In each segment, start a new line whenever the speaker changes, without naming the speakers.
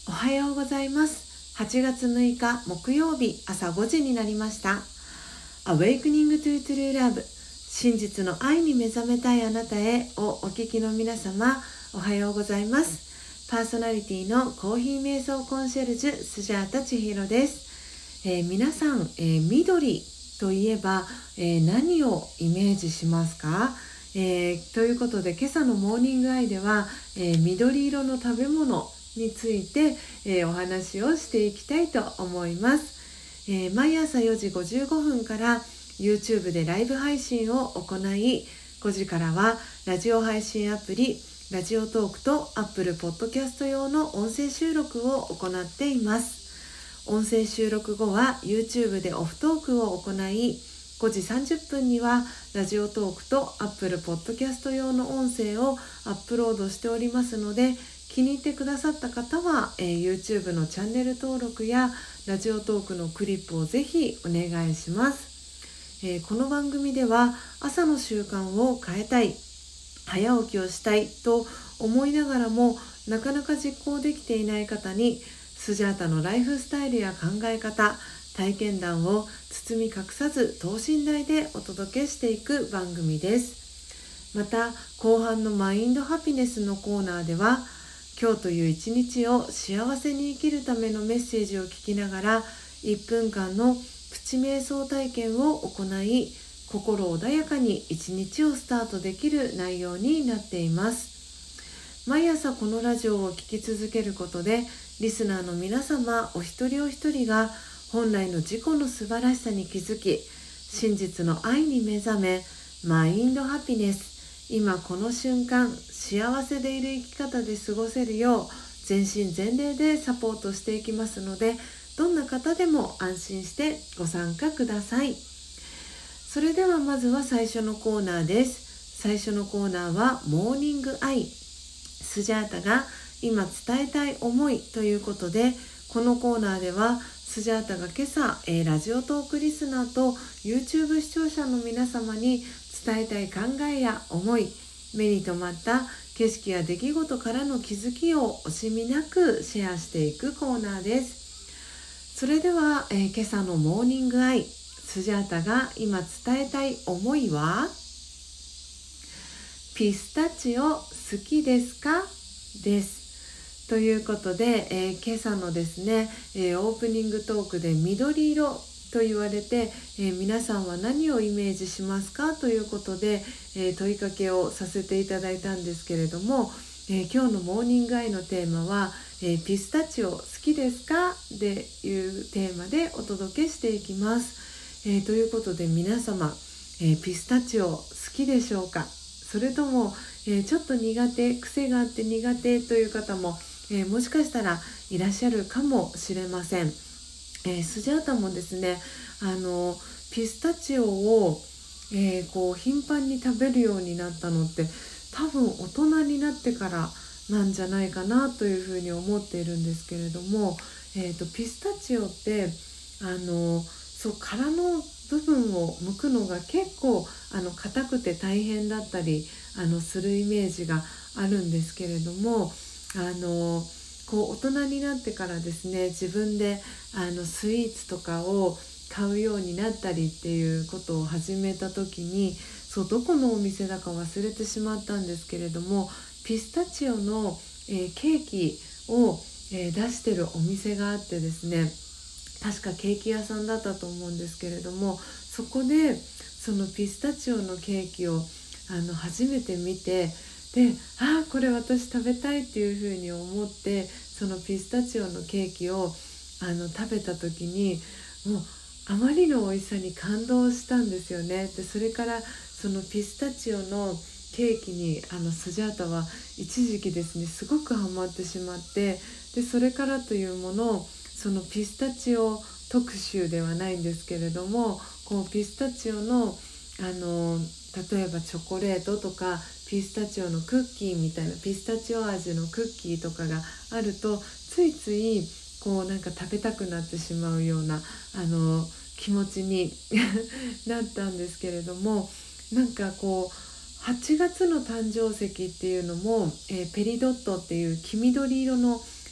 おはようございます。8月6日木曜日朝5時になりました。 Awakening to True Love 真実の愛に目覚めたいあなたへをお聞きの皆様、おはようございます。パーソナリティのコーヒー瞑想コンシェルジュスジャータ千尋です。皆さん、緑といえば、何をイメージしますか？ということで今朝のモーニングアイでは、緑色の食べ物について、お話をしていきたいと思います。毎朝4時55分から YouTube でライブ配信を行い、5時からはラジオ配信アプリラジオトークと Apple Podcast 用の音声収録を行っています。音声収録後は YouTube でオフトークを行い、5時30分にはラジオトークと Apple Podcast 用の音声をアップロードしておりますので、気に入ってくださった方は、YouTube のチャンネル登録やラジオトークのクリップをぜひお願いします。この番組では朝の習慣を変えたい、早起きをしたいと思いながらもなかなか実行できていない方に、スジャータのライフスタイルや考え方、体験談を包み隠さず等身大でお届けしていく番組です。また後半のマインドハピネスのコーナーでは、今日という一日を幸せに生きるためのメッセージを聞きながら1分間のプチ瞑想体験を行い、心穏やかに一日をスタートできる内容になっています。毎朝このラジオを聞き続けることで、リスナーの皆様お一人お一人が本来の自己の素晴らしさに気づき、真実の愛に目覚め、マインドハピネス、今この瞬間幸せでいる生き方で過ごせるよう全身全霊でサポートしていきますので、どんな方でも安心してご参加ください。それではまずは最初のコーナーです。最初のコーナーはモーニングアイ、スジャータが今伝えたい思いということで、このコーナーではスジャータが今朝、ラジオトークリスナーと YouTube 視聴者の皆様に伝えたい考えや思い、目に留まった景色や出来事からの気づきを惜しみなくシェアしていくコーナーです。それでは、今朝のモーニングアイ、スジャータが今伝えたい思いは、ピスタチオ好きですか？です。ということで、今朝のですね、オープニングトークで緑色と言われて、皆さんは何をイメージしますかということで、問いかけをさせていただいたんですけれども、今日のモーニングアイのテーマは、ピスタチオ好きですかでいうテーマでお届けしていきます。ということで皆様、ピスタチオ好きでしょうか？それとも、ちょっと苦手、癖があって苦手という方も、もしかしたらいらっしゃるかもしれません。スジャータもですね、ピスタチオを、頻繁に食べるようになったのって多分大人になってからなんじゃないかなというふうに思っているんですけれども、ピスタチオって殻の部分を剥くのが結構硬くて大変だったりするイメージがあるんですけれども、大人になってからですね、自分でスイーツとかを買うようになったりっていうことを始めた時に、どこのお店だか忘れてしまったんですけれども、ピスタチオの、ケーキを、出してるお店があってですね、確かケーキ屋さんだったと思うんですけれども、そこでそのピスタチオのケーキを初めて見て、で、これ私食べたいっていうふうに思って、そのピスタチオのケーキを食べた時に、もうあまりの美味しさに感動したんですよね。で、それからそのピスタチオのケーキにスジャータは一時期ですね、すごくハマってしまって、でそれからというもの、そのピスタチオ特集ではないんですけれども、ピスタチオの例えばチョコレートとかピスタチオのクッキーみたいな、ピスタチオ味のクッキーとかがあると、ついついなんか食べたくなってしまうような気持ちになったんですけれども、なんか8月の誕生石っていうのも、ペリドットっていう黄緑色の、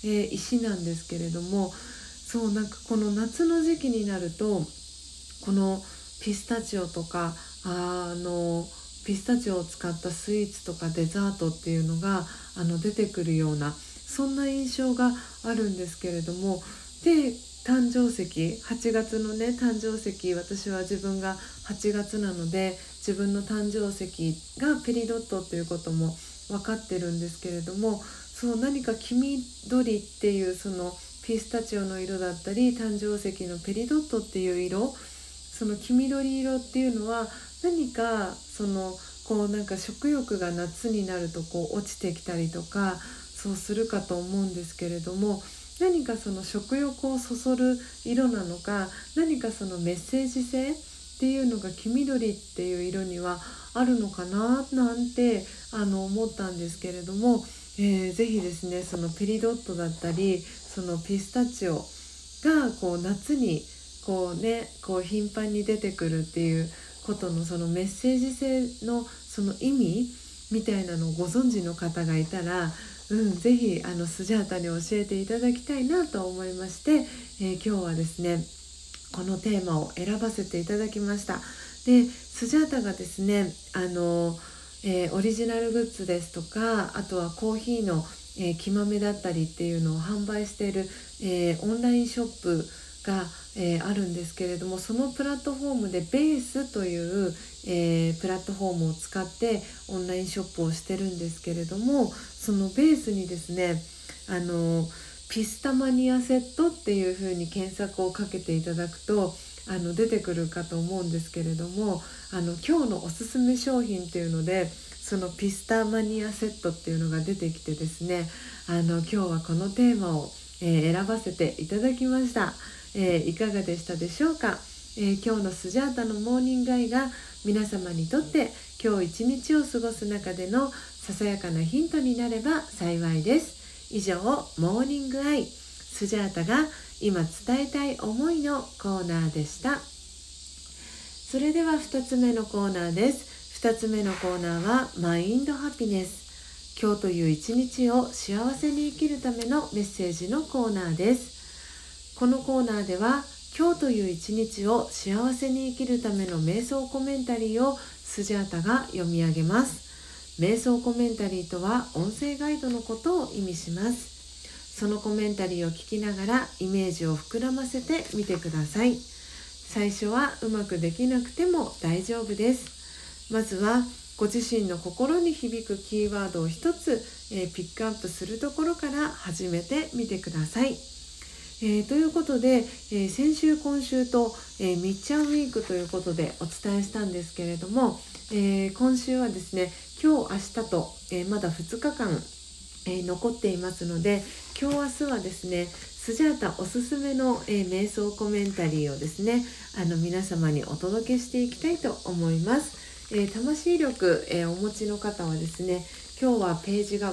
石なんですけれども、そうなんかこの夏の時期になるとこのピスタチオとかピスタチオを使ったスイーツとかデザートっていうのが出てくるような、そんな印象があるんですけれども、で誕生石、8月のね誕生石、私は自分が8月なので自分の誕生石がペリドットっていうことも分かってるんですけれども、そう何か黄緑っていうそのピスタチオの色だったり、誕生石のペリドットっていう色、その黄緑色っていうのは何かなんか食欲が夏になると落ちてきたりとかそうするかと思うんですけれども、何かその食欲をそそる色なのか、何かそのメッセージ性っていうのが黄緑っていう色にはあるのかななんて思ったんですけれども、ぜひですねそのペリドットだったりそのピスタチオが夏に頻繁に出てくるっていうことのそのメッセージ性のその意味みたいなのをご存知の方がいたら、ぜひスジャータに教えていただきたいなと思いまして、今日はですねこのテーマを選ばせていただきました。でスジャータがですねオリジナルグッズですとか、あとはコーヒーの、木豆だったりっていうのを販売している、オンラインショップが、あるんですけれども、そのプラットフォームでベースという、プラットフォームを使ってオンラインショップをしてるんですけれども、そのベースにですねピスタマニアセットっていう風に検索をかけていただくと出てくるかと思うんですけれども、今日のおすすめ商品っていうのでそのピスタマニアセットっていうのが出てきてですね、今日はこのテーマを、選ばせていただきました。いかがでしたでしょうか。今日のスジャータのモーニングアイが皆様にとって今日一日を過ごす中でのささやかなヒントになれば幸いです。以上、モーニングアイスジャータが今伝えたい思いのコーナーでした。それでは2つ目のコーナーです。2つ目のコーナーはマインドハピネス。今日という一日を幸せに生きるためのメッセージのコーナーです。このコーナーでは今日という一日を幸せに生きるための瞑想コメンタリーをスジャータが読み上げます。瞑想コメンタリーとは音声ガイドのことを意味します。そのコメンタリーを聞きながらイメージを膨らませてみてください。最初はうまくできなくても大丈夫です。まずはご自身の心に響くキーワードを一つ、ピックアップするところから始めてみてください。ということで、先週今週と、みっちゃんウィークということでお伝えしたんですけれども、今週はですね今日明日と、まだ2日間、残っていますので、今日明日はですねスジャータおすすめの、瞑想コメンタリーをですね皆様にお届けしていきたいと思います。魂力、お持ちの方はですね今日はページが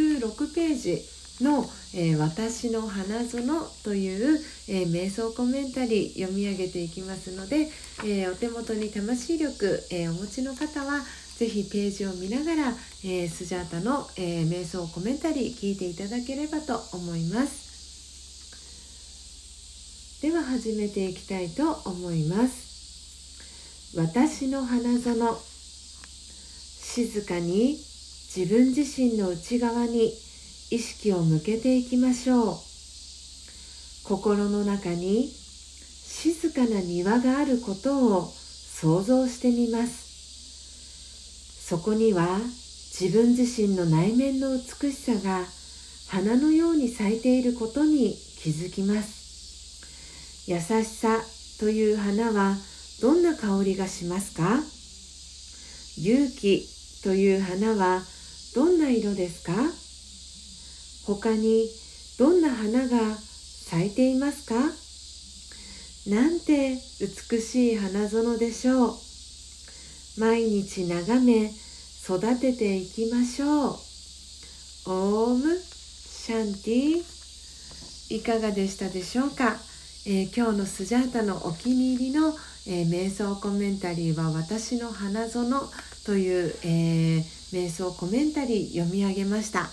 56ページの、私の花園という、瞑想コメンタリー読み上げていきますので、お手元に魂力、お持ちの方はぜひページを見ながら、スジャータの、瞑想コメンタリー聞いていただければと思います。では始めていきたいと思います。私の花園。静かに自分自身の内側に意識を向けていきましょう。心の中に静かな庭があることを想像してみます。そこには自分自身の内面の美しさが花のように咲いていることに気づきます。優しさという花はどんな香りがしますか？勇気という花はどんな色ですか？他にどんな花が咲いていますか？なんて美しい花園でしょう。毎日眺め育てていきましょう。オームシャンティ。いかがでしたでしょうか。今日のスジャータのお気に入りの、瞑想コメンタリーは私の花園という、瞑想コメンタリー読み上げました。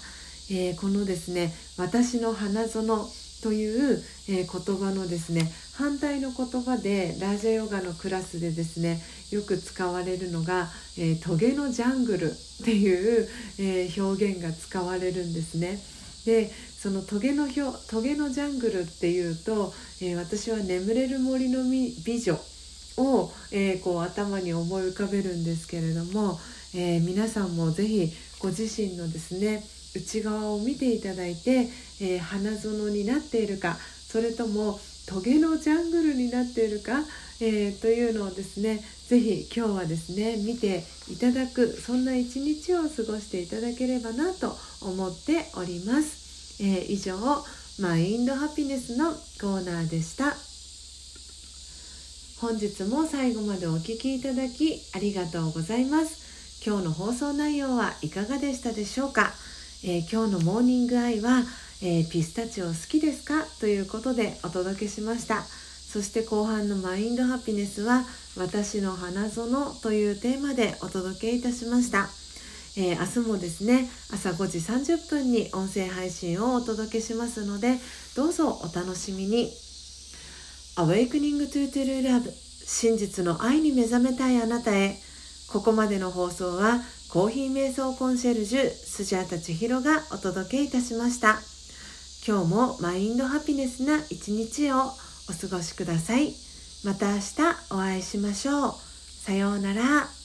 このですね、私の花園という、言葉のですね、反対の言葉でラージャヨガのクラスでですね、よく使われるのが、トゲのジャングルっていう、表現が使われるんですね。で、そのトゲのジャングルっていうと、私は眠れる森の美女を、こう頭に思い浮かべるんですけれども、皆さんもぜひご自身のですね、内側を見ていただいて、花園になっているか、それともトゲのジャングルになっているか、というのをですね、ぜひ今日はですね、見ていただく、そんな一日を過ごしていただければなと思っております。以上、マインドハピネスのコーナーでした。本日も最後までお聞きいただきありがとうございます。今日の放送内容はいかがでしたでしょうか。今日のモーニングアイは、ピスタチオ好きですかということでお届けしました。そして後半のマインドハピネスは私の花園というテーマでお届けいたしました。明日もですね、朝5時30分に音声配信をお届けしますので、どうぞお楽しみに。Awakening to True Love、 真実の愛に目覚めたいあなたへ。ここまでの放送はコーヒー瞑想コンシェルジュスジャータ千尋がお届けいたしました。今日もマインドハピネスな一日をお過ごしください。また明日お会いしましょう。さようなら。